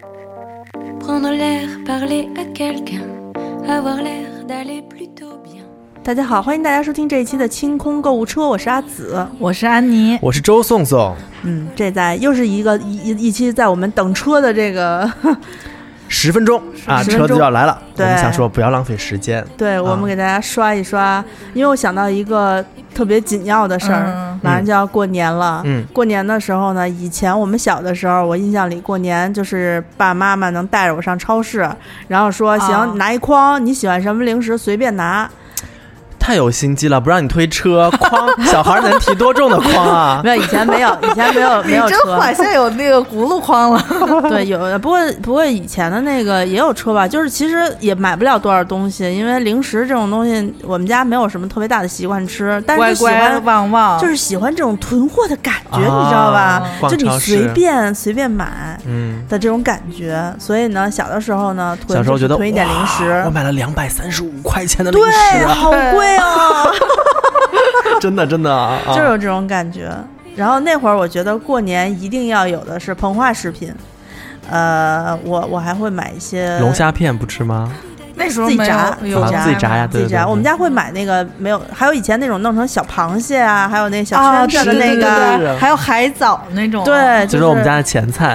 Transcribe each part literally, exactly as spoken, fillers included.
大家好，欢迎大家收听这一期的清空购物车，我是阿紫， 我是安妮， 我是周颂颂。 嗯，这在又是一个一一期在我们等车的这个十分钟啊，车子要来了， 对， 我们想说不要浪费时间， 对、啊、我们给大家刷一刷，因为我想到一个特别紧要的事儿、嗯，马上就要过年了。嗯，过年的时候呢，以前我们小的时候，我印象里过年就是爸爸妈妈能带着我上超市，然后说行、啊，拿一筐，你喜欢什么零食随便拿。 太有心机了，不让你推车筐，小孩能提多重的筐啊？ 没有，以前没有，以前没有没有车。 你真坏，现在有那个轱辘筐了。 对，有的，不过不过以前的那个也有车吧，就是其实也买不了多少东西，因为零食这种东西我们家没有什么特别大的习惯吃，但是喜欢乖乖旺旺， 就是喜欢这种囤货的感觉，啊、你知道吧？就你随便随便买的这种感觉、嗯，所以呢，小的时候呢，囤小时候觉得囤一点零食， 我买了两百三十五块钱的零食、啊， 对，好贵哦。 真的真的、啊、 就有这种感觉。然后那会儿我觉得过年一定要有的是膨化食品，呃，我我还会买一些龙虾片，不吃吗？ 那时候自己炸， 自己炸，自己炸呀， 自己炸。我们家会买那个没有，还有以前那种弄成小螃蟹啊，还有那小圈圈的那个， 啊、对对对还有海藻那种、啊。 对， 就是我们家的前菜，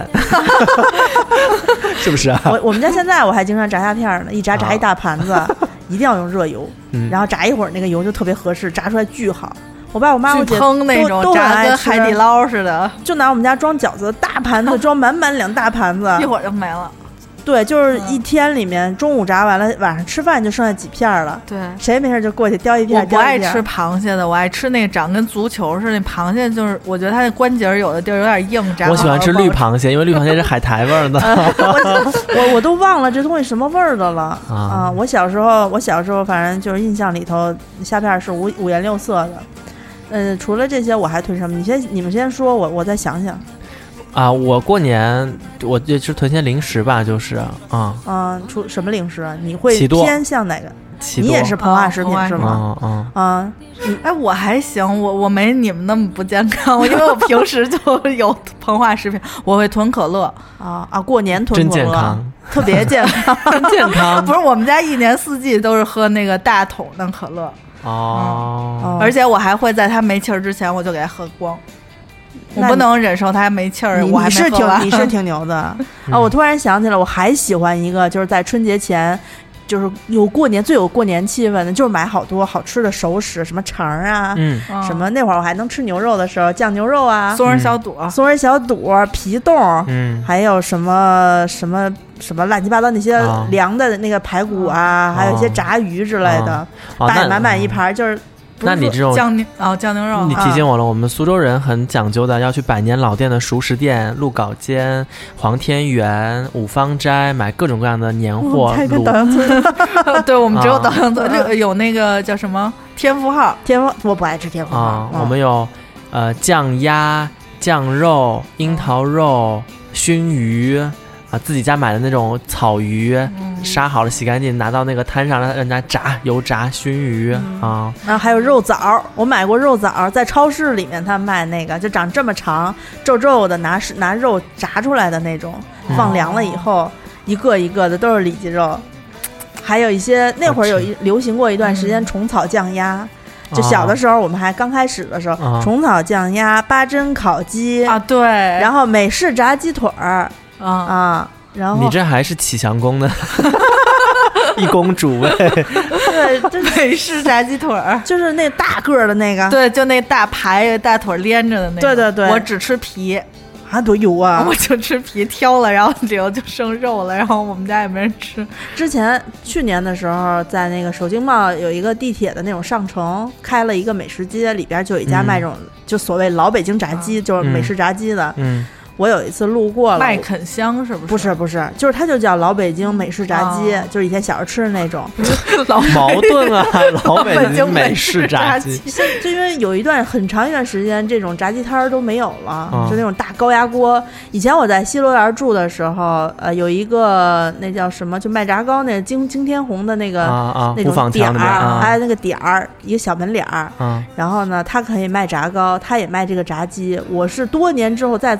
是不是啊？ 我我们家现在我还经常炸虾片呢，一炸炸一大盘子。啊一定要用热油、嗯，然后炸一会儿，那个油就特别合适，炸出来巨好。我爸我妈我姐都那种都炸跟海底捞似的， 就拿我们家装饺子大盘子装满满两大盘子， 一会儿就没了。 对，就是一天里面中午炸完了，晚上吃饭就剩下几片了。 对， 谁没事就过去叼一片。 我不爱吃螃蟹的，我爱吃那个长跟足球似的。那螃蟹就是我觉得它那关节有的地儿有点硬，炸。 我喜欢吃绿螃蟹，因为绿螃蟹是海苔味儿的。 我我我都忘了这东西什么味儿的了啊、啊！我小时候我小时候反正就是印象里头虾片是五五颜六色的。呃，除了这些我还囤什么？你先你们先说，我我再想想。 啊，我过年我就是囤些零食吧，就是啊， 嗯，出什么零食啊？你会偏向哪个？你也是膨化食品、哦、是吗？ 嗯嗯啊， 哎，我还行，我我没你们那么不健康，因为我平时就有膨化食品，我会囤可乐啊啊，过年囤可乐， 真健康， 特别健康， 真健康。 不是，我们家一年四季都是喝那个大桶的可乐哦、 嗯，而且我还会在它没气儿之前我就给它喝光。我不能忍受它没气儿，我还没喝完。 你是挺你是挺牛的啊！我突然想起来，我还喜欢一个，就是在春节前，就是有过年最有过年气氛的，就是买好多好吃的熟食，什么肠啊， 嗯， 什么那会儿我还能吃牛肉的时候，酱牛肉啊， 松仁小肚、 嗯、松仁小肚、皮冻， 嗯， 还有什么什么什么乱七八糟那些凉的那个排骨啊，哦、还有一些炸鱼之类的， 哦、 摆满满一盘，就是。 那你这种酱牛哦酱牛肉， 你提醒我了，我们苏州人很讲究的，要去百年老店的熟食店、鹿稿间、黄天园、五芳斋买各种各样的年货。 太跟导阳村， 对，我们只有导阳村、啊、有那个叫什么天福号， 天福我不爱吃天福号。 啊嗯、 我们有呃酱鸭、酱肉、樱桃肉、熏鱼。啊，自己家买的那种草鱼、嗯，杀好了洗干净，拿到那个摊上让人家炸油炸熏鱼、嗯、啊。 然后还有肉枣，我买过肉枣，在超市里面他卖那个，就长这么长，皱皱的，拿拿肉炸出来的那种，放凉了以后，嗯、一个一个的都是里脊肉。还有一些那会儿有一流行过一段时间虫草酱鸭。嗯就小的时候，我们还刚开始的时候，哦、虫草酱鸭、八珍烤鸡啊，对， 然后美式炸鸡腿儿。啊啊！然后你这还是启祥宫的一公主位， 对，就是美式炸鸡腿儿， 就是那大个的那个， 对，就那大排大腿连着的那个， 对对对， 我只吃皮， 啊，多油啊！ 我就吃皮，挑了，然后里头就剩肉了，然后我们家也没人吃。 之前去年的时候，在那个首经贸有一个地铁的那种上城，开了一个美食街，里边就有一家卖这种、嗯、就所谓老北京炸鸡，嗯、就是美式炸鸡的， 嗯。 我有一次路过了麦肯香，是不是？ 不是不是，就是它就叫老北京美式炸鸡，哦、就是以前小时候吃的那种。 老矛盾啊，老北京美式炸鸡。 就因为有一段很长一段时间，这种炸鸡摊都没有了， 嗯、 就那种大高压锅。以前我在西罗园住的时候，呃，有一个那叫什么，就卖炸糕那个惊惊天红的那个、 啊啊、 那种点儿， 啊、 哎，那个点儿一个小门脸儿、 啊。 然后呢，他可以卖炸糕，他也卖这个炸鸡。我是多年之后再次吃到这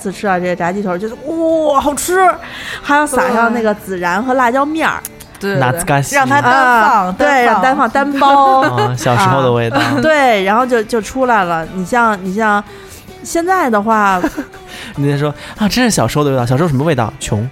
这个炸鸡腿，就是哇好吃，还要撒上那个孜然和辣椒面儿。 对对对， 拿干让它单放， 啊、对，让单放单包、 哦，小时候的味道。 啊、对，然后就就出来了。你像你像现在的话， 你在说啊，真是小时候的味道。小时候什么味道？穷。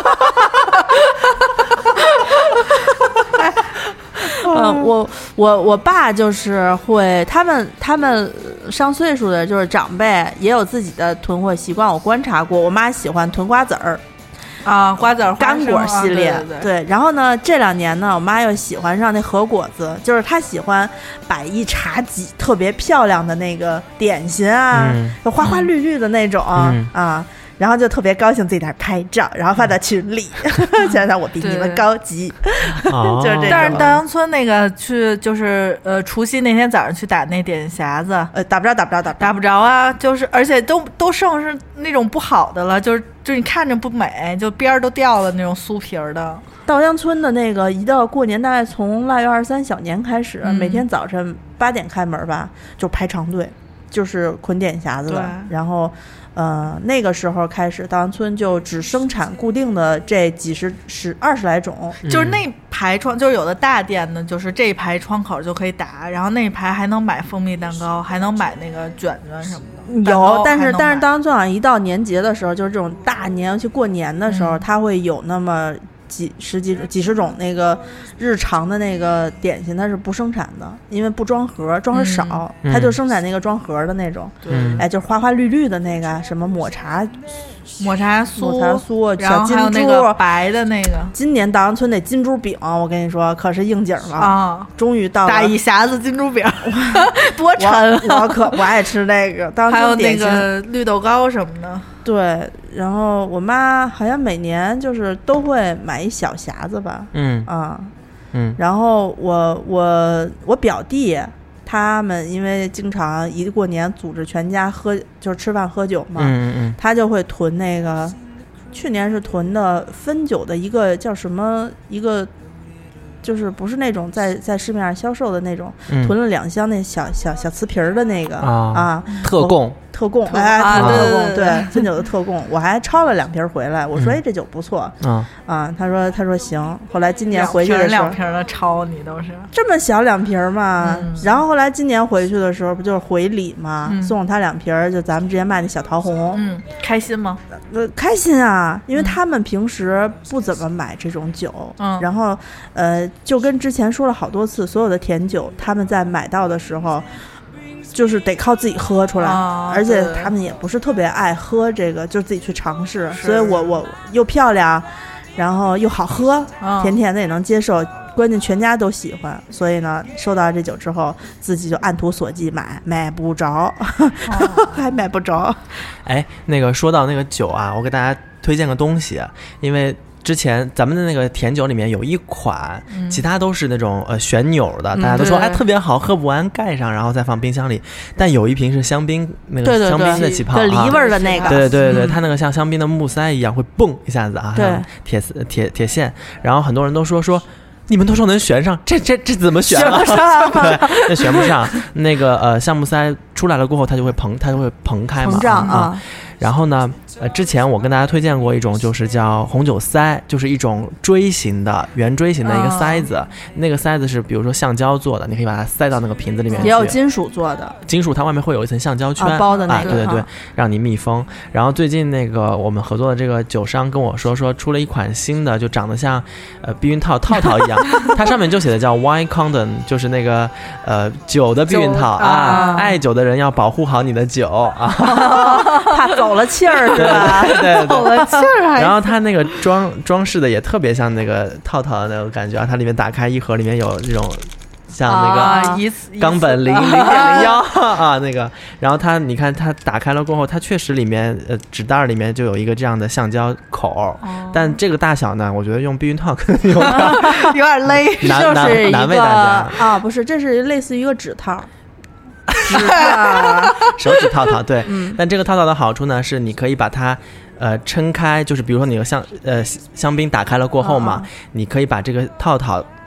嗯，我我我爸就是会，他们他们上岁数的，就是长辈也有自己的囤货习惯。我观察过，我妈喜欢囤瓜子儿。 啊，瓜子儿、 干果系列， 啊、对, 对, 对, 对。然后呢，这两年呢，我妈又喜欢上那核果子，就是她喜欢摆一茶几特别漂亮的那个点心啊， 嗯、 花花绿绿的那种、 嗯、 啊。然后就特别高兴，自己在那拍照，然后发到群里，想想我比你们高级，就是这种。 但是稻香村那个去就是呃除夕那天早上去打那点匣子， 呃打不着打不着打不着打不着啊，就是而且都都剩是那种不好的了，就是就你看着不美，就边儿都掉了那种酥皮儿的。 稻香村的那个一到过年，大概从腊月二十三小年开始、嗯，每天早晨八点开门吧，就排长队，就是捆点匣子的，然后。呃，那个时候开始，稻香村就只生产固定的这几十、十二十来种， 嗯、就是那排窗，就是有的大店呢，就是这一排窗口就可以打，然后那一排还能买蜂蜜蛋糕，还能买那个卷卷什么的。 有，但是但是稻香村啊，一到年节的时候，就是这种大年，尤其过年的时候，嗯、它会有那么几十几几十种那个日常的那个点心，它是不生产的，因为不装盒，装盒少， 嗯、 它就生产那个装盒的那种， 嗯、 哎，就是花花绿绿的那个什么抹茶。 抹茶酥， 抹茶酥， 然后还有那个白的那个。 今年稻香村那金珠饼，我跟你说可是应景了啊！ 终于到了打一匣子金珠饼，多沉！ 我, 我可我爱吃那个。 还有那个绿豆糕什么的。 对，然后我妈好像每年就是都会买一小匣子吧。 嗯啊， 嗯。 然后我我我表弟。他们因为经常一过年组织全家喝，就是吃饭喝酒嘛， 嗯嗯， 他就会囤那个，去年是囤的汾酒的一个叫什么一个，就是不是那种在在市面上销售的那种， 嗯、 囤了两箱那小小小瓷瓶儿的那个啊啊， 特供。 特供， 特哎， 啊、 特供， 对对，汾酒的特供，我还抄了两瓶回来。我说，哎、嗯，这酒不错， 啊啊，他说，他说行。后来今年回去的时候， 两瓶的抄你都是这么小两瓶嘛、 嗯。 然后后来今年回去的时候，不就是回礼嘛， 嗯、 送他两瓶，就咱们之前卖那小桃红， 嗯，开心吗？ 呃，开心啊，因为他们平时不怎么买这种酒， 嗯， 然后呃，就跟之前说了好多次，所有的甜酒，他们在买到的时候。就是得靠自己喝出来、 哦、 而且他们也不是特别爱喝这个，就自己去尝试。所以我我又漂亮，然后又好喝、 哦， 甜甜的也能接受，关键全家都喜欢。所以呢，收到这酒之后，自己就按图索骥买，买不着，哦、还买不着。 哎，那个说到那个酒啊，我给大家推荐个东西，因为。之前咱们的那个甜酒里面有一款， 嗯、 其他都是那种呃旋钮的，大家都说、 嗯、 哎特别好，喝不完盖上，然后再放冰箱里。但有一瓶是香槟那个香槟的气泡， 对梨味的那个， 对对对对、 嗯， 它那个像香槟的木塞一样会蹦一下子啊， 对， 铁铁铁线，然后很多人都说说。你们都说能旋上，这这这怎么旋啊？对，那旋不上。那个呃，橡木塞出来了过后，它就会膨，它就会膨开嘛， 膨胀啊。 嗯然后呢，呃，之前我跟大家推荐过一种，就是叫红酒塞，就是一种锥形的圆锥形的一个塞子。哦、那个塞子是比如说橡胶做的，你可以把它塞到那个瓶子里面去。 也有金属做的， 金属它外面会有一层橡胶圈、 啊、包的那个， 啊、对对对、啊，让你密封。然后最近那个我们合作的这个酒商跟我说，说出了一款新的，就长得像呃避孕套套套一样，它上面就写的叫 wine condom， 就是那个呃酒的避孕套啊, 啊。爱酒的人要保护好你的酒啊， 怕走了气儿是吧？ 对对对， 走了气儿还。 然后它那个装装饰的也特别像那个套套的那种感觉啊，它里面打开一盒，里面有这种。像那个冈本零零点零幺啊，那个，然后它你看它打开了过后，它确实里面呃纸袋里面就有一个这样的橡胶口， 哦、 但这个大小呢，我觉得用避孕套可能有有点勒， 难就是难为大家啊，不是，这是类似于一个指套。指套手指套套对、 嗯， 但这个套套的好处呢是你可以把它呃撑开，就是比如说你的香呃香槟打开了过后嘛， 哦、 你可以把这个套套。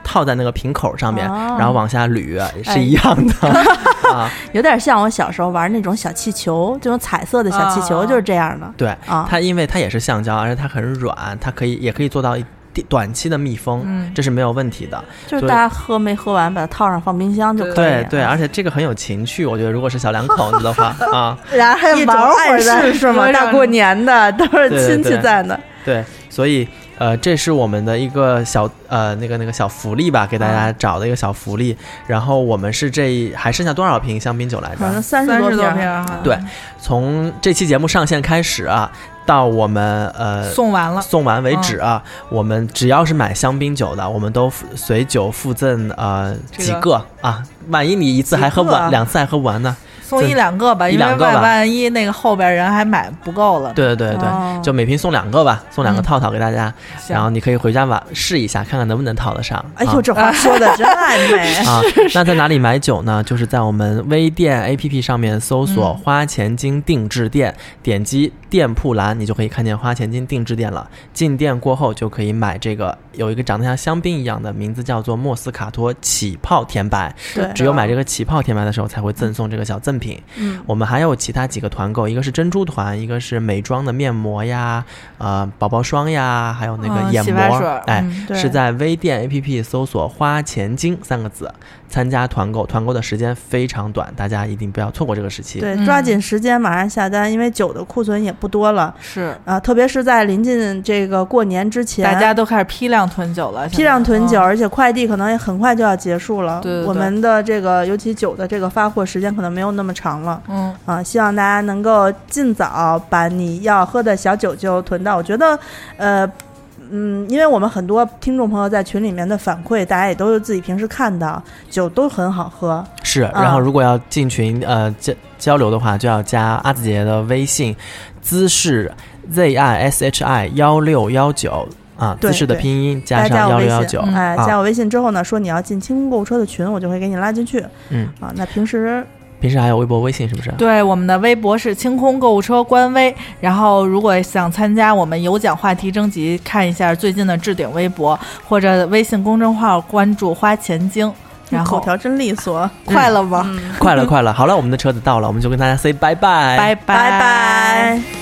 套在那个瓶口上面， 哦、 然后往下捋，是一样的、哎、啊， 有点像我小时候玩那种小气球，这种彩色的小气球就是这样的。哦、 对啊， 它因为它也是橡胶，而且它很软，它可以也可以做到短期的密封、嗯、这是没有问题的， 就是大家喝没喝完把它套上放冰箱就可以了。 对对，而且这个很有情趣，我觉得如果是小两口子的话啊， 然后还有玩会儿的是吗？大过年的都是亲戚在的。 对， 对， 对，所以呃，这是我们的一个小呃那个那个小福利吧，给大家找的一个小福利。嗯、然后我们是这还剩下多少瓶香槟酒来着？ 可能三十多瓶。 对，从这期节目上线开始啊。到我们呃送完了送完为止啊、嗯，我们只要是买香槟酒的，我们都随酒附赠呃、这个、几个啊，万一你一次还喝不完，两次还喝不完呢。 送一两个吧，因为万一那个后边人还买不够了。 对对对对、哦，就每瓶送两个吧，送两个套套给大家、嗯，然后你可以回家玩试一下，看看能不能套得上。 哎呦，啊、这话说的真爱美啊！那在哪里买酒呢？就是在我们微店 A P P 上面搜索“花钱精定制店”，嗯、点击店铺栏，你就可以看见花钱精定制店了。进店过后就可以买这个，有一个长得像香槟一样的，名字叫做莫斯卡托起泡甜白。 对， 只有买这个起泡甜白的时候才会赠送这个小赠品。 嗯， 我们还有其他几个团购，一个是珍珠团，一个是美妆的面膜呀，呃，宝宝霜呀，还有那个眼膜， 嗯、 哎、 嗯， 是在微店 A P P 搜索“花钱精”三个字，参加团购。团购的时间非常短，大家一定不要错过这个时期。 对，抓紧时间马上下单，因为酒的库存也不多了。 是啊，特别是在临近这个过年之前， 大家都开始批量囤酒了， 批量囤酒、嗯，而且快递可能也很快就要结束了。 对对对， 我们的这个尤其酒的这个发货时间可能没有那么长了。 嗯啊，希望大家能够尽早把你要喝的小酒就囤到。我觉得，呃。嗯，因为我们很多听众朋友在群里面的反馈，大家也都是自己平时看到酒都很好喝。 是，然后如果要进群、嗯、呃交交流的话，就要加阿紫姐的微信，姿势 Z I S H I 一六一九啊，姿势的拼音加上一六一九， 哎，加我微信之后呢，说你要进清空购物车的群，我就会给你拉进去。 嗯啊，那平时。 平时还有微博微信是不是？ 对，我们的微博是清空购物车官微，然后如果想参加我们有奖话题征集，看一下最近的置顶微博或者微信公众号关注花钱精，然后口条真利索， 快了吧、 嗯、 快了快了。好了，我们的车子到了，我们就跟大家 say 拜拜拜拜拜。